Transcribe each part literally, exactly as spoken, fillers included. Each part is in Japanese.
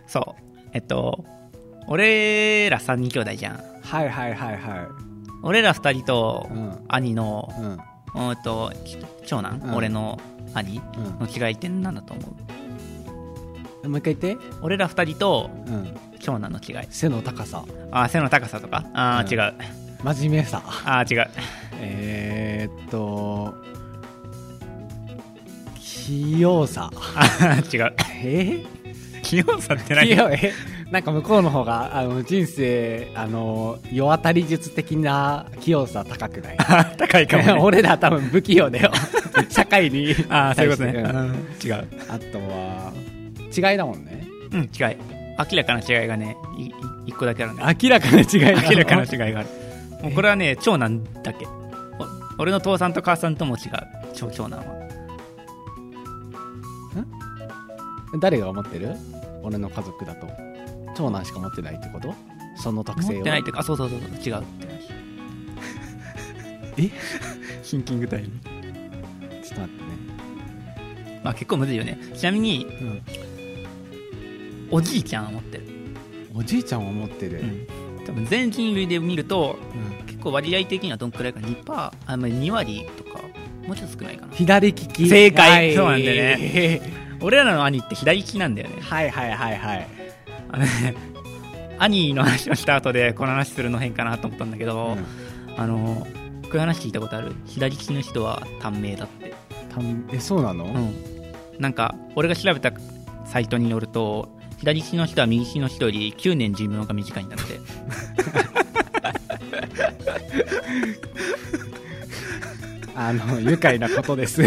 そうえっと俺らさんにん兄弟じゃん。 はいはいはいはい。 俺らふたりとうん兄の、 うんうんと長男、 うん俺の兄うんの違いって何だと思う？ もう一回言って。 俺らふたりとうん長男の違い。 背の高さ、 あ、背の高さとか。あー、 うん違う。 真面目さ、 あー、違う。 えー、っと器用さ。 あー、違う。 え器用さってー、 何？ 器用えなんか向こうの方があの人生あの世当たり術的な器用さ高くない？ 高いかも、ね、 俺ら多分不器用だよ社会に。 ああ、そういうことね、 うんうん、違う。 あとは違いだもんね。 うん、違い。明らかな違いがね、いい一個だけあるんだよ。 明らかな違いが明らかな違いがある。もうこれはね、長男だけ。お俺の父さんと母さんとも違う。長長男は。 誰が思ってる？俺の家族だと長男しか持ってないってこと？その特性を持ってないっていうか、あ、そうそうそうそう、違うって話。 えシンキングタイム。 ちょっと待ってね。 まあ結構むずいよね。ちなみに、 うん、 おじいちゃんは持ってる。 おじいちゃんは持ってる、 うん多分全人類で見ると、 うん、 結構割合的にはどんくらいか にパーセント、あ、まあ、に割とかもうちょっと少ないかな。 左利き。 正解、 はい、 そうなんだよね俺らの兄って左利きなんだよね。 はいはいはいはい。 あのね兄の話をした後でこの話するの変かなと思ったんだけど、うん、あのこういう話聞いたことある？左利きの人は短命だって。 短えそうなの？ うん、なんか俺が調べたサイトによると左利きの人は右利きの人よりきゅうねん寿命が短いんだってあの愉快なことです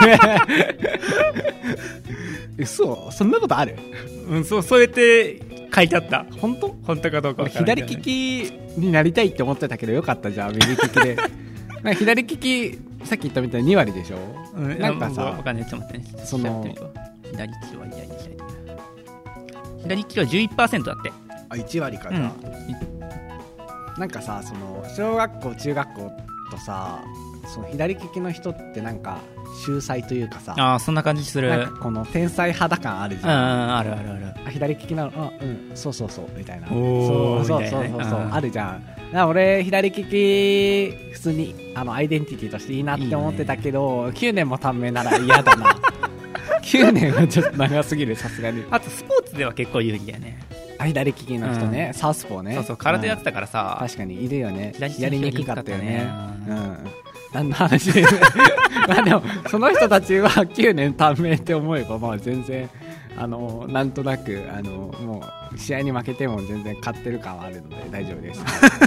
嘘？そんなことある？ うん、そう、そうやって書いてあった。 本当？ 本当かどうかわからないけどね。 左利きになりたいって思ってたけどよかったじゃん、右利きでなんか左利きさっき言ったみたいにに割でしょ、うん、なんかさ、 わかんない、ちょっと待ってね、 その左利きは左利き左利きは じゅういちパーセント だって。 あ、いち割かじゃ、うん、なんかさ、その小学校中学校とさ、その左利きの人ってなんか秀才というかさ、 あ、そんな感じする。 なんかこの天才肌感あるじゃん。 うん、あるあるある。 あ、左利きなの、あ、うん、そうそうそうみたいな。 おそうそうそうそうそう、あるじゃん。だから俺左利き普通にあのアイデンティティとしていいなって思ってたけど、いい、ね、きゅうねんも短命なら嫌だなきゅうねんはちょっと長すぎる、さすがに。 あとスポーツでは結構有利だよね、 左利きの人ね、うん、サウスポーね。 そうそう、空手やってたからさ、 うん、確かにいるよね。 やりにくかったよね。 うん、 うん、何の話ですまあでもその人たちはきゅうねん短命って思えば、まあ全然あのなんとなくあのもう試合に負けても全然勝ってる感はあるので大丈夫です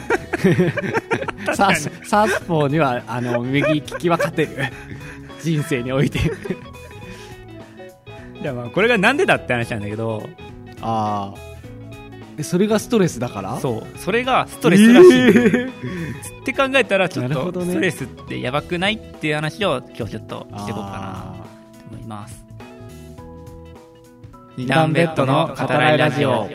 サーサウスポーにはあの右利きは勝てる人生においてじゃあまあこれがなんでだって話なんだけど、 ああ、それがストレスだから？ そう、それがストレスらしい、えー、って考えたらちょっとストレスってやばくないっていう話を今日ちょっとしていこうかなと思います。二段ベッドの語らいラジオ。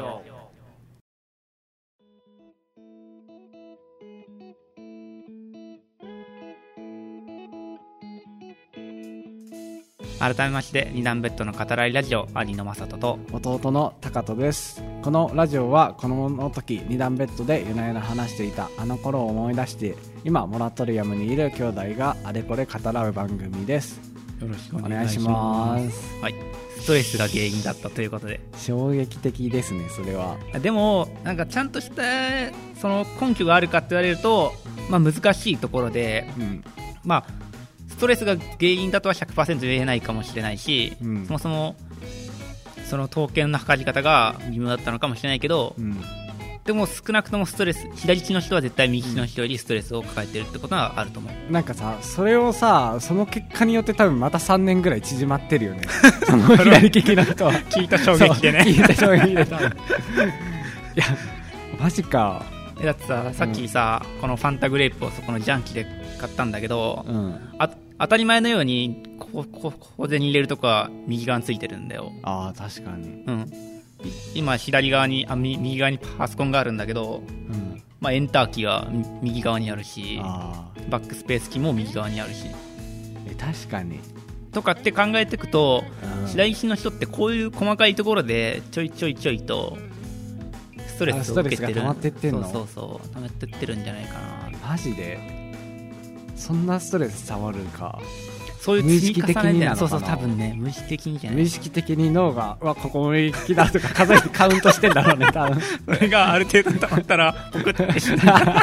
改めまして二段ベッドの語らいラジオ、兄の正人と弟の高人です。このラジオは子供の時二段ベッドで夜な夜な話していたあの頃を思い出して、今モラトリアムにいる兄弟があれこれ語らう番組です。 よろしくお願いします。はい、ストレスが原因だったということで、 衝撃的ですね、それは。 でもなんかちゃんとしたその根拠があるかって言われると、まあ、難しいところで、うん、まあストレスが原因だとは ひゃくパーセント 言えないかもしれないし、うん、そもそもその統計の測り方が微妙だったのかもしれないけど、うん、でも少なくともストレス、左利きの人は絶対右利きの人よりストレスを抱えてるってことはあると思う。 なんかさ、それをさ、その結果によって多分またさんねんぐらい縮まってるよねその左利きの人は聞いた衝撃でね聞いた衝撃で多分いやマジか。 だってさ、さっきさ、うん、このファンタグレープをそこのジャンキで買ったんだけど、うん、あ当たり前のようにここ小銭入れるとこは右側についてるんだよ。 ああ、確かに。 うん、今左側にあ右側にパソコンがあるんだけど、うん、まあ、エンターキーは右側にあるし、あバックスペースキーも右側にあるし。 え確かにとかって考えていくと、白石の人ってこういう細かいところでちょいちょいちょいとストレスを受けてる。 ストレスが溜まってってんの？ そうそうそう溜まってってるんじゃないかな。 マジでそんなストレス溜まるか。 そういう積み重ねで、 無意識的になのかな。 そうそう多分ね無意識的にじゃない。 無意識的に脳がうわここ無意識だとか数えてカウントしてんだろうね多分。 それがある程度溜まったらポクってし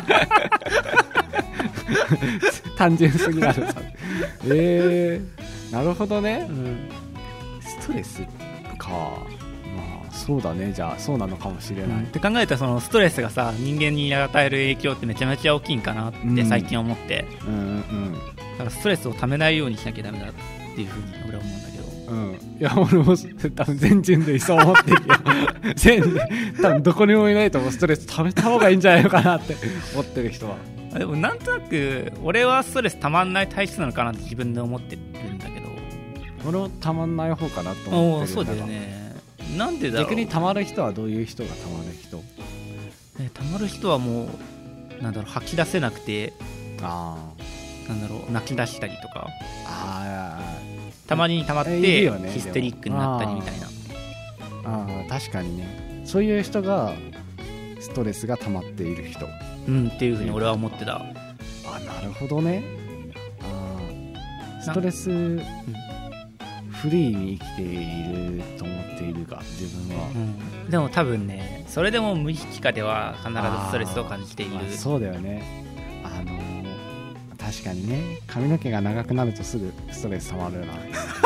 単純すぎなるさ。えー、なるほどね、うん、ストレスか。まあそうだね。じゃあそうなのかもしれない、うん、 って考えたらそのストレスがさ人間に与える影響ってめちゃめちゃ大きいんかなって最近思って、うんうんうん、だからストレスをためないようにしなきゃダメだっていうふうに俺は思うんだけど、 うん、いや俺も多分全人類そう思ってるよ全多分どこにもいないと思う。ストレスためた方がいいんじゃないのかなって思ってる人は。 でもなんとなく俺はストレスたまんない体質なのかなって自分で思ってるんだけど、 俺もたまんない方かなと思ってるんだが。そうだよね。なんでだろう。 逆にたまる人はどういう人がたまる人？ えたまる人はもうなんだろう吐き出せなくて、あなんだろう泣き出したりとか、あたまにたまって、ね、ヒステリックになったりみたいな。 ああ確かにね。そういう人がストレスが溜まっている人、 うんっていうふうに俺は思ってた。あなるほどね。あストレス、うんフリーに生きていると思っているが自分は、 うん、でも多分ねそれでも無意識下では必ずストレスを感じている、 まあ、そうだよね。あのー、確かにね髪の毛が長くなるとすぐストレス溜まるな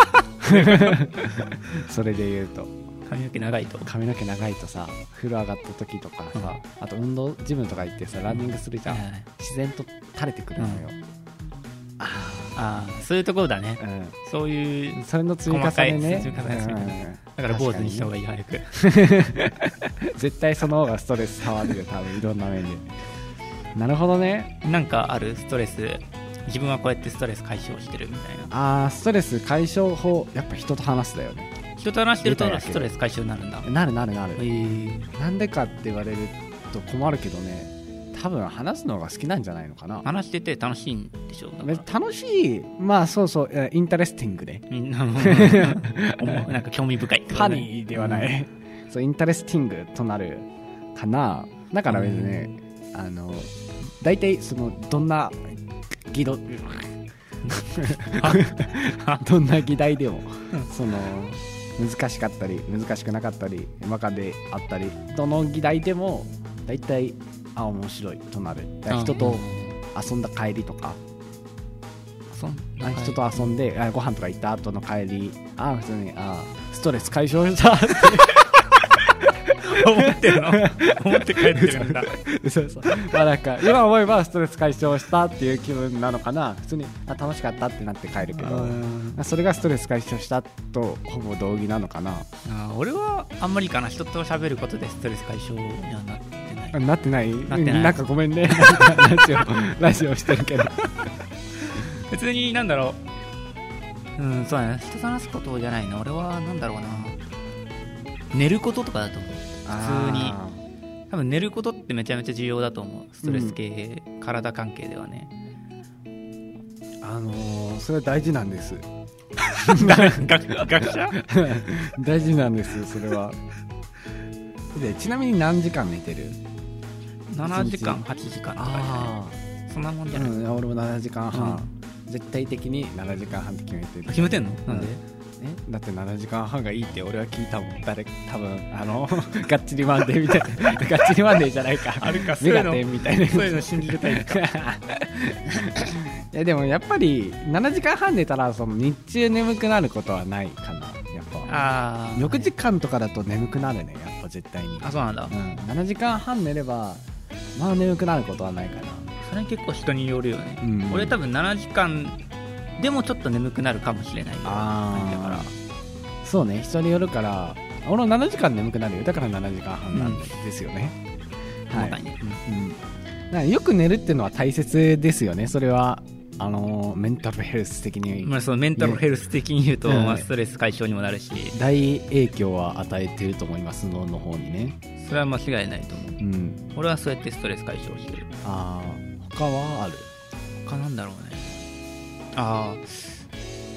それで言うと髪の毛長いと髪の毛長いとさ風呂上がった時とかさ、うん、あと運動ジムとか行ってさランニングするじゃん、うん、自然と垂れてくるのよ、うんああそういうところだね、うん、そういうそれの積み重ねね、 積み重ね、うん、だから坊主にした方がいい早く絶対その方がストレス溜まるよ多分いろんな面で。なるほどね。 なんかあるストレス自分はこうやってストレス解消してるみたいな。 あーストレス解消法やっぱ人と話すだよね。 人と話してるとストレス解消になるんだ。 なるなるなる、えー、なんでかって言われると困るけどね多分話すのが好きなんじゃないのかな。 話してて楽しいんでしょう。 楽しい。まあそうそうインタレスティングでなんか興味深いって、 ね、ファニーではない、うん、そうインタレスティングとなるかな。だから別にね、うん、あの大体そのどんな議論どんな議題でもその難しかったり難しくなかったりバカであったりどの議題でも大体あ面白いとなる。人と遊んだ帰りとか、人と遊んでご飯とか行った後の帰りあ普通にあストレス解消したって思ってるの思って帰ってるんだそうそう、まあ、なんか今思えばストレス解消したっていう気分なのかな。普通にあ楽しかったってなって帰るけどそれがストレス解消したとほぼ同義なのかな。 あ俺はあんまりかな。人と喋ることでストレス解消にはなってなってない。 なってない。 なんかごめんねラジオラジオしてるけど別になんだろううんそうだね人と話すことじゃないの。俺はなんだろうな寝ることとかだと思う。普通に多分寝ることってめちゃめちゃ重要だと思う。ストレス系、うん、体関係ではねあのー、それは大事なんです学者大事なんですそれは。でちなみに何時間寝てる？ ななじかんはちじかんとかじゃないそんなもんじゃない、うん、 俺もななじかんはん、うん、絶対的にななじかんはんって決めてる。 決めてんの？なんで？ えだってななじかんはんがいいって俺は聞いたもん。誰多分あのガッチリマンデーみたいなガッチリマンデーじゃないかあるかメガテンみたいなそういうの信じるタイプかいやでもやっぱりななじかんはん寝たらその日中眠くなることはないかな。やっぱあろくじかんとかだと眠くなるねやっぱ絶対に。 あそうなんだ、 うん、ななじかんはん寝ればまあ眠くなることはないかな。 それ結構人によるよね、うん、俺多分ななじかんでもちょっと眠くなるかもしれないよ。あだからそうね人によるから俺もななじかん眠くなるよ。だからななじかんはんなんですよね、 うん、はい、ねうんうん、よく寝るっていうのは大切ですよね。それはあのー、メンタルヘルス的に、 まあ、そのメンタルヘルス的に言うと、ねまあ、ストレス解消にもなるし大影響は与えていると思います脳の方にね。 それは間違いないと思う、うん、俺はそうやってストレス解消してる。 あ他はある？ 他なんだろうね。あ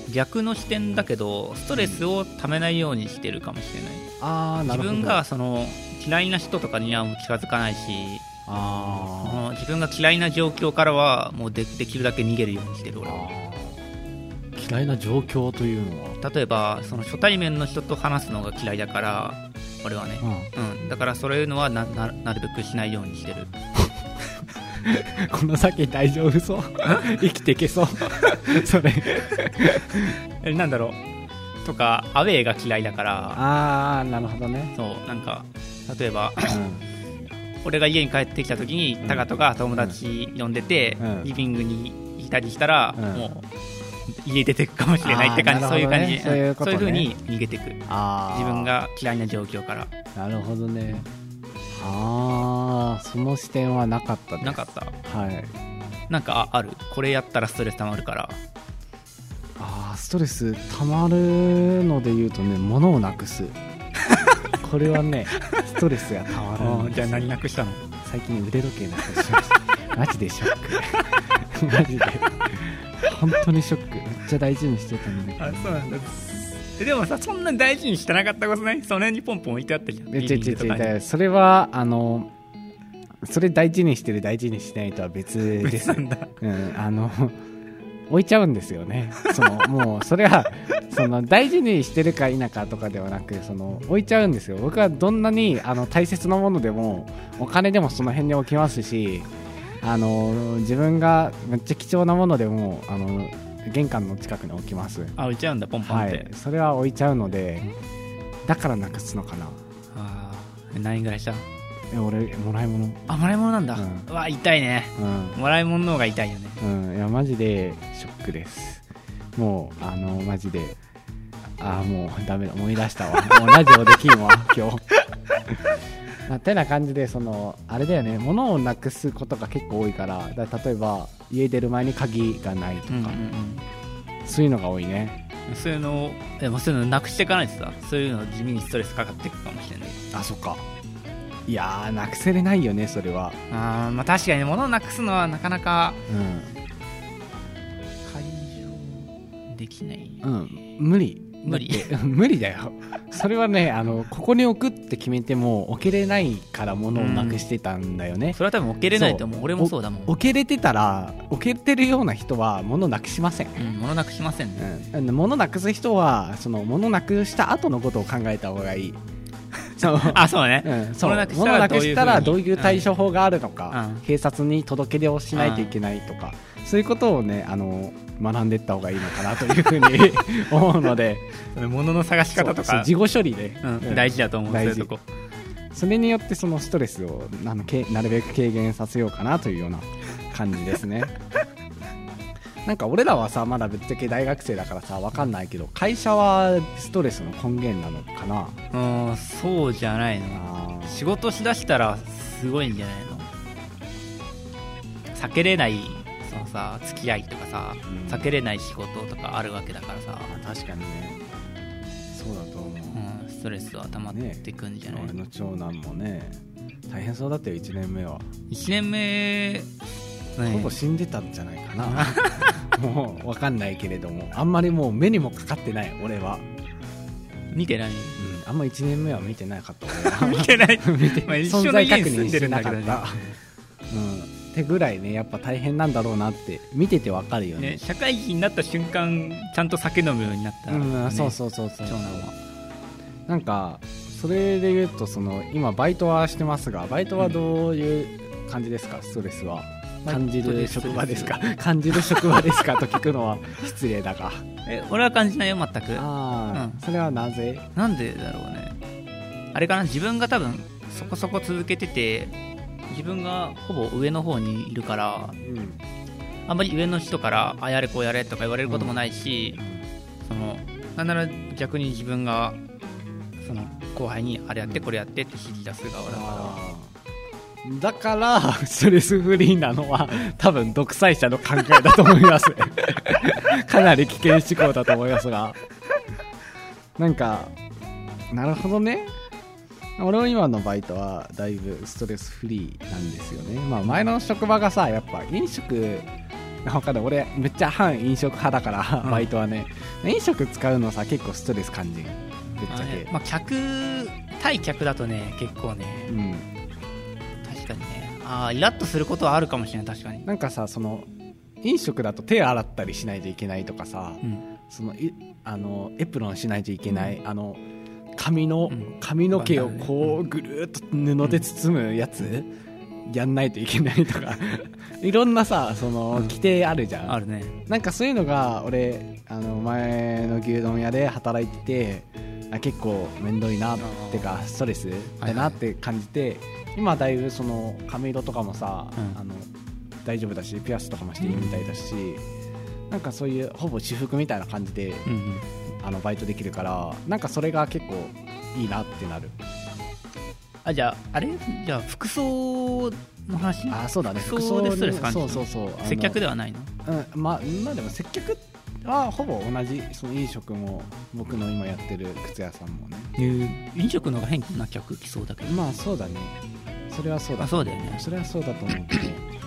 逆の視点だけどストレスをためないようにしてるかもしれない。 あー、なるほど。 自分がその嫌いな人とかにはもう近づかないし、 あその自分が嫌いな状況からはもう で, できるだけ逃げるようにしてる俺は。 嫌いな状況というのは、 例えばその初対面の人と話すのが嫌いだから俺はね、うんうん、だからそういうのは な, な, なるべくしないようにしてる。 この先大丈夫そう生きていけそうそれえなんだろうとかアウェーが嫌いだから。 ああ、なるほどね。 そうなんか例えば、 うん、 俺が家に帰ってきた時に、うん、タカトが友達呼んでて、うん、リビングにいたりしたら、うん、もう家出てくかもしれないって感じ、ね、そういう感じ、そういうことね、そういう風に逃げてく。あ、自分が嫌いな状況から。 なるほどね。ああ、その視点はなかったです。 なかった。 はい。 なんかある、これやったらストレス溜まるから。 ああ、ストレス溜まるので言うとね、物をなくすこれはねストレスが溜まるんです。 じゃあ何なくしたの？ 最近腕時計なくしましたマジでショックマジで本当にショック。めっちゃ大事にしてたんだけど。 あ、そうなんだ。でもさ、そんな大事にしてなかったことない？その辺にポンポン置いてあったじゃん。 違う違う違う、それはあのそれ大事にしてる大事にしないとは別です。 別なんだ、 うん、あの置いちゃうんですよね。そのもうそれはその大事にしてるか否かとかではなく、その置いちゃうんですよ。僕はどんなにあの大切なものでもお金でもその辺に置きますし、あの自分がめっちゃ貴重なものでもあの玄関の近くに置きます。 あ、置いちゃうんだ、ポンポンって、 はい、それは置いちゃうので、だからなくすのかな。 あ、何円ぐらいした？ え、俺もらい物。 あ、もらい物なんだ、うん、うわ、痛いね、うん、もらい物の方が痛いよね。 うん、いやマジでショックです。もうあのマジで、あ、もうダメだ、思い出したわもうラジオできんわ今日まあ、てな感じで、そのあれだよね、物をなくすことが結構多いから、だから例えば家出る前に鍵がないとか、うんうんうん、そういうのが多いね。 そういうのを、でもそういうのなくしていかないとさ、そういうの地味にストレスかかっていくかもしれない。 あ、そっか。いやー、なくせれないよね、それは。 あ、まあ確かに物をなくすのはなかなか、うん、解消できない、 うん、無理無理無理だよ。それはね、あのここに置くって決めても置けれないから物をなくしてたんだよね、うん、 それは多分置けれないと思う。俺もそうだもん。 置けれてたら、置けてるような人は物なくしません、 うん、物なくしませんね、 うん、物なくす人はその物なくした後のことを考えた方がいい。そうあ、そうね、 うん、そう、物なくしたらどういう対処法があるのか、うん、警察に届け出をしないといけないとか、うん、そういうことをね、あの学んでいった方がいいのかなというふうに思うので物の探し方とか事後処理で、 うんうん、大事だと思う。 大事。 そういうとこ、 それによってそのストレスをあのけなるべく軽減させようかなというような感じですねなんか俺らはさ、まだぶっちゃけ大学生だからさ分かんないけど、会社はストレスの根源なのかな。 うん、そうじゃないの。仕事しだしたらすごいんじゃないの。避けれないそのさ付き合いとかさ、うん、避けれない仕事とかあるわけだからさ。 確かにね、そうだと思う、 うん、ストレスは溜まっていくんじゃない、 ね、俺の長男もね大変そうだったよ。いちねんめはいちねんめ、ね、 ほぼ死んでたんじゃないかなもう分かんないけれども、あんまりもう目にもかかってない俺は。 見てない、うん、 あんまいちねんめは見てなかった俺は見てない見て、 まあ、一緒の家に住んでるんだけどね、 うん、ってぐらいね、やっぱ大変なんだろうなって見ててわかるよね。 ね、社会人になった瞬間ちゃんと酒飲むようになった、ね、 うん、そうそうそうそう、長男はなんかそれで言うと、その今バイトはしてますが、バイトはどういう感じですか、うん、ストレスは感じる職場ですか感じる職場ですかと聞くのは失礼だがえ、俺は感じないよ全く。 あ、うん、それはなぜなんでだろうね。あれかな、自分が多分そこそこ続けてて、自分がほぼ上の方にいるから、うん、あんまり上の人からあやれこうやれとか言われることもないし、うん、そのなんなら逆に自分がその後輩にあれやってこれやってって指示出す側だから、 だからストレスフリーなのは多分独裁者の考えだと思いますかなり危険思考だと思いますが、なんかなるほどね。俺は今のバイトはだいぶストレスフリーなんですよね。まあ前の職場がさ、やっぱ飲食分かんない俺めっちゃ反飲食派だから、 うん、 バイトはね飲食使うのさ結構ストレス感じるぶっちゃけ、 まあ、客対客だとね結構ね、うん、確かにねあイラッとすることはあるかもしれない確かになんかさその飲食だと手洗ったりしないといけないとかさ、うん、そのいあのエプロンしないといけない、うん、あの髪の、うん、髪の毛をこうぐるっと布で包むやつ、うん、やんないといけないとかいろんなさその規定あるじゃん、 うん、あるねなんかそういうのが俺あの前の牛丼屋で働いててあ結構めんどいなってかストレスだなって感じて、はいはい、今だいぶその髪色とかもさ、うん、あの大丈夫だしピアスとかもしていいみたいだし、うん、なんかそういうほぼ私服みたいな感じで、うんうん、あのバイトできるからなんかそれが結構いいなってなる。 あじゃああれじゃあ服装の話あそうだね服装でストレス感じるそうそうそう接客ではないの、 うん、ま, まあでも接客はほぼ同じその飲食も僕の今やってる靴屋さんもね、 えー、飲食の方が変な客来そうだけどまあそうだねそれはそうだあそうだよねそれはそうだと思うけど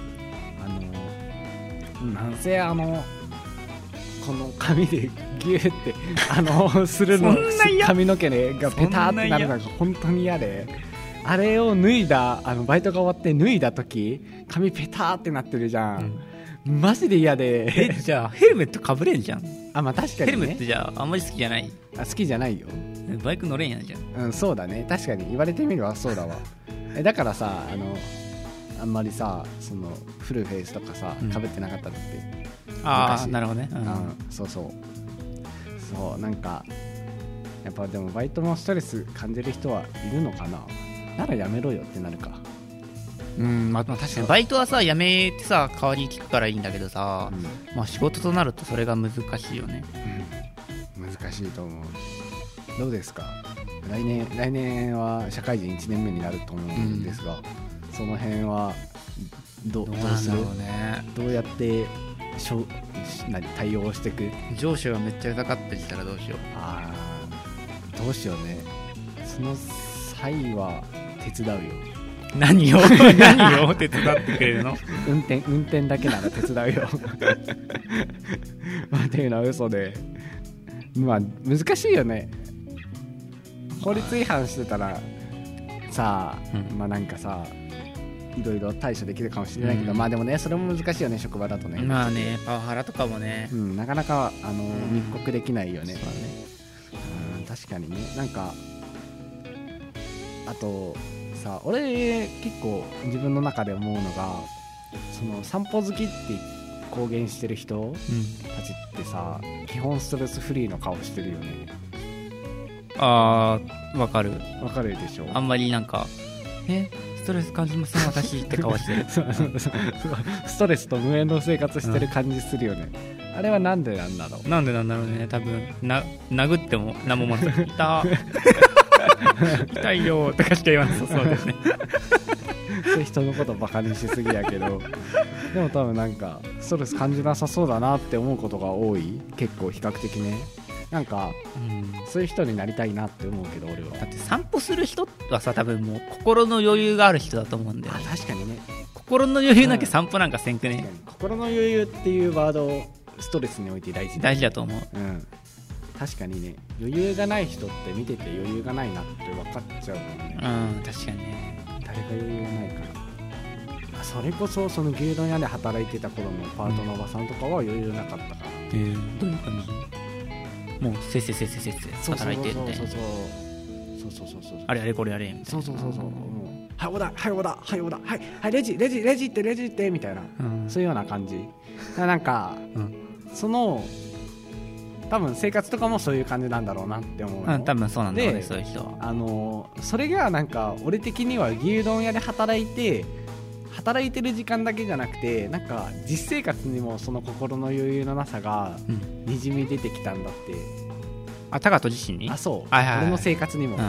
あのなんせあのこの髪でギューってあのするの髪の毛、ね、がペターってなるのが本当に嫌であれを脱いだあのバイトが終わって脱いだ時髪ペターってなってるじゃん、うん、マジで嫌でえじゃあヘルメットかぶれんじゃんあまあ確かに、ね、 ヘルメットじゃああんまり好きじゃないあ好きじゃないよバイク乗れんやんじゃんうんそうだね確かに言われてみればそうだわえだからさあのあんまりさそのフルフェイスとかさかぶってなかったんだって、 うん、ああなるほどね、うんうん、そうそうそうなんかやっぱでもバイトもストレス感じる人はいるのかなならやめろよってなるかうんまあ、確かにバイトはさやめてさ代わりに聞くからいいんだけどさ、うんまあ、仕事となるとそれが難しいよね、 うん、難しいと思うどうですか来年来年は社会人いちねんめになると思うんですが、うん、その辺は ど, どうするどうねどうやってしょ何対応していく上司がめっちゃうざかったりしたらどうしようあーどうしようねその際は手伝うよ何を何を手伝ってくれるの運転運転だけなら手伝うよまあっていうのは嘘でまあ難しいよね法律違反してたらさあ、うん、まあなんかさいろいろ対処できるかもしれないけど、うん、まあでもねそれも難しいよね職場だとねまあねパワハラとかもね、 うん、なかなかあの、うん、密告できないよね、 そうだね、 うん、確かにねなんかあとさ俺結構自分の中で思うのがその散歩好きって公言してる人たちってさ、うん、基本ストレスフリーの顔してるよねあーわかるわかるでしょあんまりなんかえストレス感じません私って顔してるそうそうそうストレスと無縁の生活してる感じするよね、うん、あれはなんでなんだろうなんでなんだろうね多分な殴っても何もまずいた痛いよとかしか言わなさそうですねそれ人のことバカにしすぎやけどでも多分なんかストレス感じなさそうだなって思うことが多い結構比較的ねなんか、うん、そういう人になりたいなって思うけど俺はだって散歩する人はさ多分もう心の余裕がある人だと思うんだよ、ね、 あ確かにね心の余裕なきゃ散歩なんかせんくね、 うん、心の余裕っていうワードをストレスにおいて大事大事だと思う、 うん確かにね余裕がない人って見てて余裕がないなって分かっちゃうもんねうん確かにね誰が余裕がないかなそれこそその牛丼屋で働いてた頃のパートのおばさんとかは余裕なかったから、うん、 えー、どういう感じもうせっせせっせせっせ働いてってそうそうそうそうそうあれあれこれあれみたいなそうそうそうそうもうはいオーダーはいオーダーはいオーダーはいはいレジレジレジってレジってみたいな、うん、そういうような感じなんか、うん、その多分生活とかもそういう感じなんだろうなって思うの、 うん、多分そうなんだろうねそういう人はあのそれがなんか俺的には牛丼屋で働いて働いてる時間だけじゃなくてなんか実生活にもその心の余裕のなさがにじみ出てきたんだって、うん、 あタカト自身にあそう、 はいはいはい、 俺の生活にも、うん、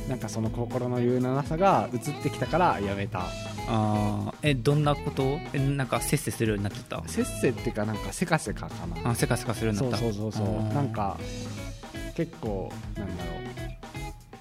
なんかその心の余裕のなさが移ってきたからやめたあえどんなことえなんかせっせするようになっちゃったせっせっていうかなんかせかせかかなあせかせかするようになったそうそうそうそうなんか結構なんだろ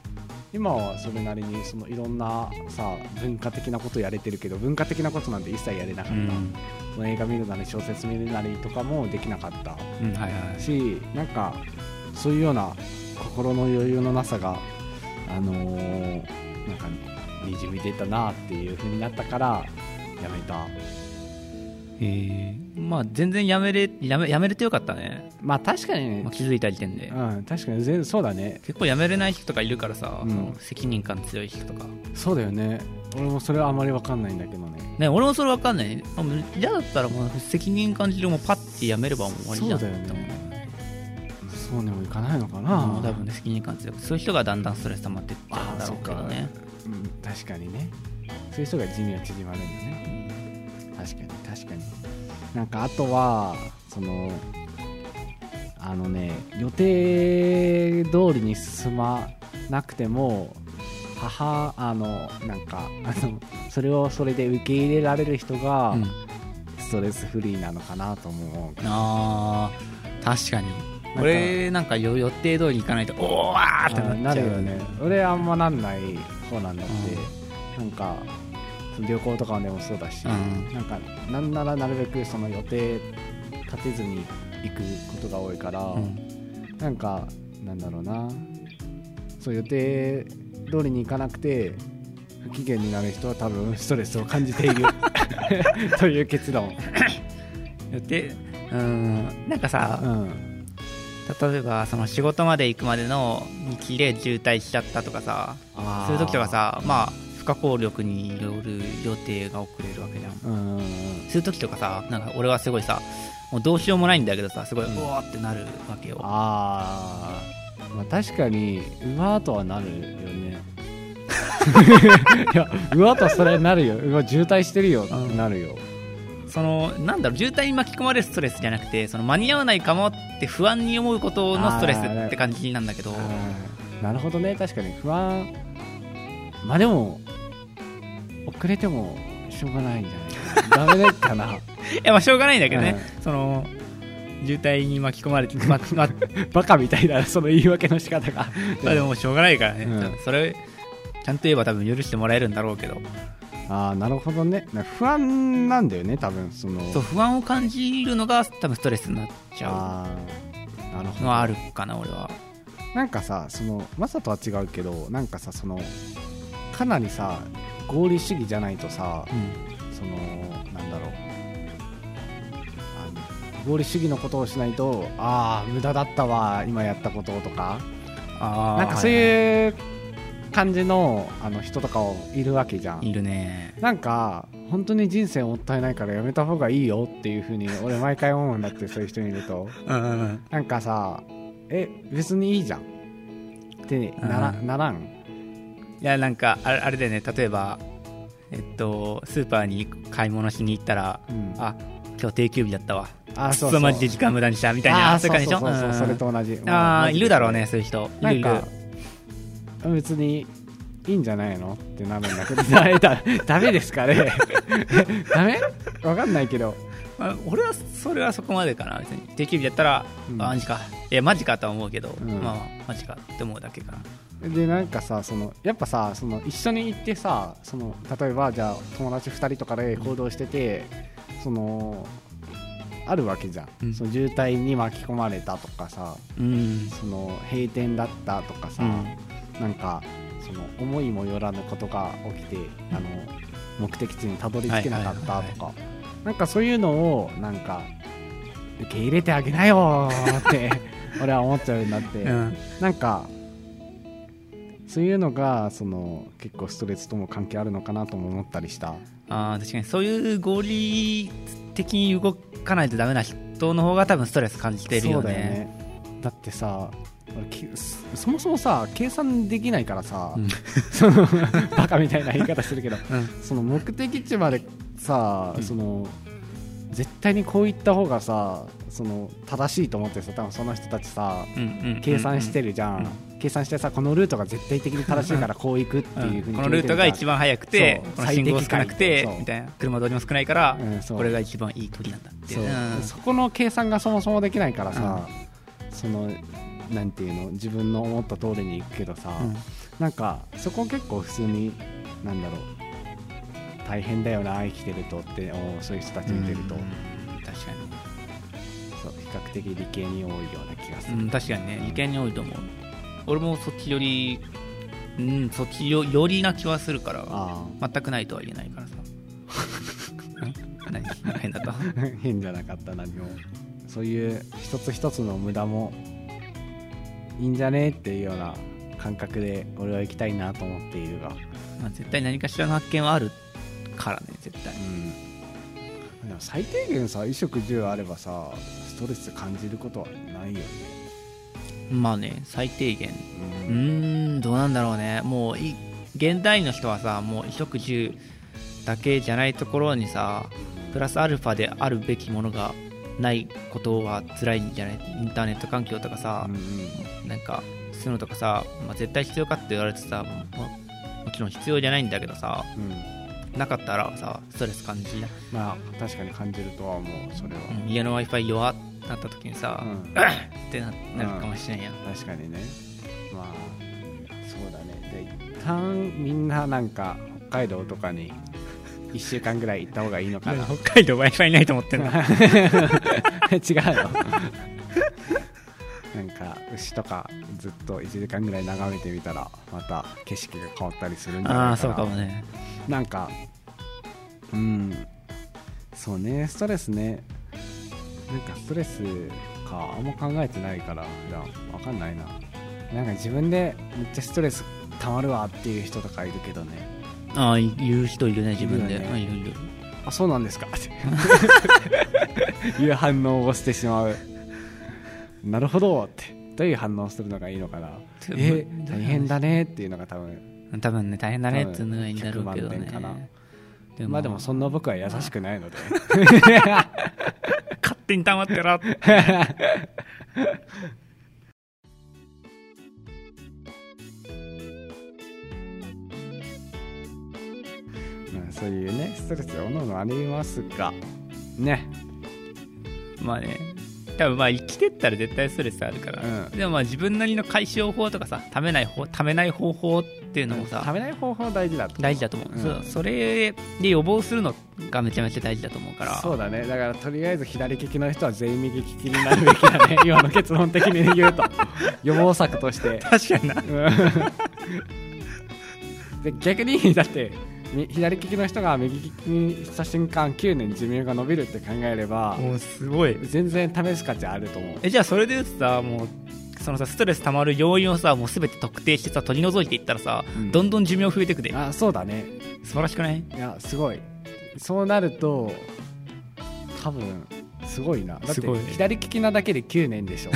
今はそれなりにそのいろんなさ文化的なことやれてるけど、文化的なことなんて一切やれなかった、うん、その映画見るなり小説見るなりとかもできなかった、うんはいはい、しなんかそういうような心の余裕のなさがあのー、なんかにじみ出たなっていう風になったからやめた。 へえ、まあ全然やめれやめやめれてよかったね。 まあ確かにね、 まあ、気づいた時点で、 うん、確かに全そうだね。 結構やめれない人とかいるからさ、うん、その責任感強い人とか。 そうだよね。俺もそれはあまり分かんないんだけどね。 ね、俺もそれ分かんない。嫌だったらもう責任感じるもパッてやめればもう終わりじゃん。 そうだよね。そうにもいかないのかな、 うん、多分ね責任感強くそういう人がだんだんストレス溜まっていっちゃうんだろうけどね。 うん、確かにね。そういう人が地味は縮まるんだね、うん、確かに確かに。なんかあとはそのあのね予定通りに進まなくても母あのなんかあのそれをそれで受け入れられる人がストレスフリーなのかなと思う、うん、 あー確かに。俺なんか予定通りにいかないとおわーってなっちゃう。 なるよね。俺あんまなんない方なんだって、うん、なんか旅行とかでもそうだし、うん、なんかなんならなるべくその予定立てずに行くことが多いから、うん、なんかなんだろうな、そう予定通りに行かなくて不機嫌になる人は多分ストレスを感じているという結論。 予定うんなんかさ、うん例えばその仕事まで行くまでの道で渋滞しちゃったとかさ、そういう時とかさ、まあ不可抗力による予定が遅れるわけじゃん。うんそういう時とかさ、なんか俺はすごいさもうどうしようもないんだけどさすごい、うん、うわーってなるわけよ。 あー、まあ確かにうわーとはなるよね。いやうわーとそれなるよ。うわ渋滞してるよってなるよ。 そのなんだろう渋滞に巻き込まれるストレスじゃなくて、その間に合わないかもって不安に思うことのストレスって感じなんだけど。 なるほどね。確かに不安。まあでも遅れてもしょうがないんじゃないかな。ダメだかな。いやまあしょうがないんだけどね、うん、その渋滞に巻き込まれて、まま、 バカみたいなその言い訳の仕方がまあでもしょうがないからね、うん、それちゃんと言えば多分許してもらえるんだろうけど。 ああなるほどね。不安なんだよね多分。そのそう不安を感じるのが多分ストレスになっちゃうなるほどのはあるかな俺は。 なんかさそのマサとは違うけどなんかさそのかなりさ合理主義じゃないとさ、うん、そのなんだろうあの合理主義のことをしないとああ無駄だったわ今やったこととかあなんかそういう、はい感じ の, あの人とかいるわけじゃん。 いるね。 なんか本当に人生もったいないからやめた方がいいよっていう風に俺毎回思うんだって。そういう人いるとうんうん、うん、なんかさえ別にいいじゃんってな ら,、うん、ならん。 いやなんかあれ、あれだよね。例えばえっとスーパーに買い物しに行ったら、うん、あ今日定休日だったわあそうそうマジで時間無駄にしたみたいな。 そういう感じでしょ。そうそうそう、うん、それと同じ。 ああいるだろうねそういう人。いるいる。 なんか別にいいんじゃないのってなるんだけどだダメですかね。ダメわかんないけど、 まあ、俺はそれはそこまでかな。別に定休日だったら、うん、あマジかいやマジかとは思うけど、うん、まあマジかって思うだけかな。 でなんかさそのやっぱさその一緒に行ってさその例えばじゃあ友達ふたりとかで行動してて、うん、そのあるわけじゃん、うん、その渋滞に巻き込まれたとかさ、うん、その閉店だったとかさ、うんなんかその思いもよらぬことが起きてあの目的地にたどり着けなかったとかなんかそういうのをなんか受け入れてあげなよって俺は思っちゃうんだって、うん、なんかそういうのがその結構ストレスとも関係あるのかなとも思ったりした。 あ確かにそういう合理的に動かないとダメな人の方が多分ストレス感じてるよね。 そうだよね。だってさそもそもさ計算できないからさ、うん、そのバカみたいな言い方してるけど、うん、その目的地までさ、うん、その絶対にこういった方がさその正しいと思ってさ多分その人たちさ、うんうん、計算してるじゃん、うん、計算してさこのルートが絶対的に正しいからこう行くっていう風に決めてる、うん、 このルートが一番速くてこの信号少なくてみたいな車通りも少ないから、うん、これが一番いい距離なんだってそう、うん、そこの計算がそもそもできないからさ、うん、そのなんていうの自分の思った通りに行くけどさ、うん、 なんかそこ結構普通になんだろう大変だよな生きてるとって思う、そういう人たち見てると、うん、 確かにそう比較的理系に多いような気がする、 うん、確かにね理系に多いと思う。俺もそっちよりうんそっち よ, よりな気はするから全くないとは言えないからさ何変だった変じゃなかった何も。そういう一つ一つの無駄もいいんじゃねっていうような感覚で俺は行きたいなと思っているが、 まあ、絶対何かしらの発見はあるからね絶対、 うん、でも最低限さ衣食住あればさストレス感じることはないよね。 まあね最低限うん、うーんどうなんだろうね。もうい現代の人はさもう衣食住だけじゃないところにさプラスアルファであるべきものがないことは辛いんじゃない。インターネット環境とかさ、うんうん、なんかそういうのとかさ、まあ、絶対必要かって言われてさ も, もちろん必要じゃないんだけどさ、うん、なかったらさストレス感じない。 まあ確かに感じるとは思うそれは、 うん、家の Wi-Fi 弱なった時にさ、うん、ってな, なるかもしれんや、 うん、確かにね。まあそうだね。で一旦みんななんか北海道とかにいっしゅうかんぐらい行った方がいいのかな。 北海道 Wi-Fi ないと思ってんの違うよなんか牛とかずっといちじかんぐらい眺めてみたらまた景色が変わったりするんじゃないかな。 ああそうかもね。 なんかうんそうねストレスね。なんかストレスかあんま考えてないからいやわかんないな。なんか自分でめっちゃストレス溜まるわっていう人とかいるけどね。 ああ言う人いるね自分で。いる、ね、あいるいる。 あそうなんですかっていう反応をしてしまう。なるほどってどういう反応するのがいいのかな。え大変だねっていうのが多分多分ね大変だねっていうのがいいんだろうけどね。かなでもまあでもそんな僕は優しくないので勝手に溜まってろってまあそういうねストレスおのおのありますがね。 まあね多分まあ生きてったら絶対ストレスあるから、うん、でもまあ自分なりの解消法とかさためない方ためない方法っていうのもさ、 うん、ためない方法大事だと大事だと思う、うん、そ, それで予防するのがめちゃめちゃ大事だと思うから。 そうだね。だからとりあえず左利きの人は全員右利きになるべきだね今の結論的に言うと予防策として確かになで逆にだって左利きの人が右利きにした瞬間きゅうねん寿命が伸びるって考えればもうすごい全然試す価値あると思う。 えじゃあそれで言うとさもうそのさストレス溜まる要因をさもう全て特定してさ取り除いていったらさ、うん、どんどん寿命増えてくで。 あそうだね。 素晴らしくない？いやすごい。そうなると多分すごいな。だって左利きなだけできゅうねんでしょ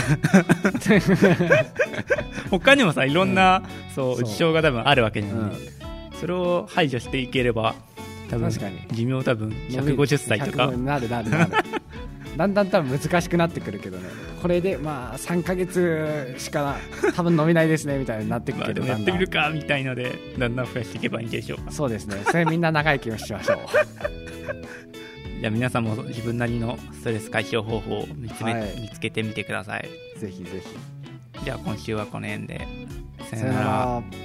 他にもさいろんな、うん、そううち症が多分あるわけじゃない、うんそれを排除していければ多分確かに寿命多分ひゃくごじゅっさいとかなるなるなるだんだん多分難しくなってくるけどね。これでまあさんかげつしか多分伸びないですねみたいになってくるけど、 まあ、やってみるかみたいのでだんだん増やしていけばいいんでしょうか。 そうですね。それみんな長生きをしましょうじゃあ皆さんも自分なりのストレス解消方法を見つ, め、はい、見つけてみてください。 ぜひぜひ。 じゃあ今週はこの辺でさよなら。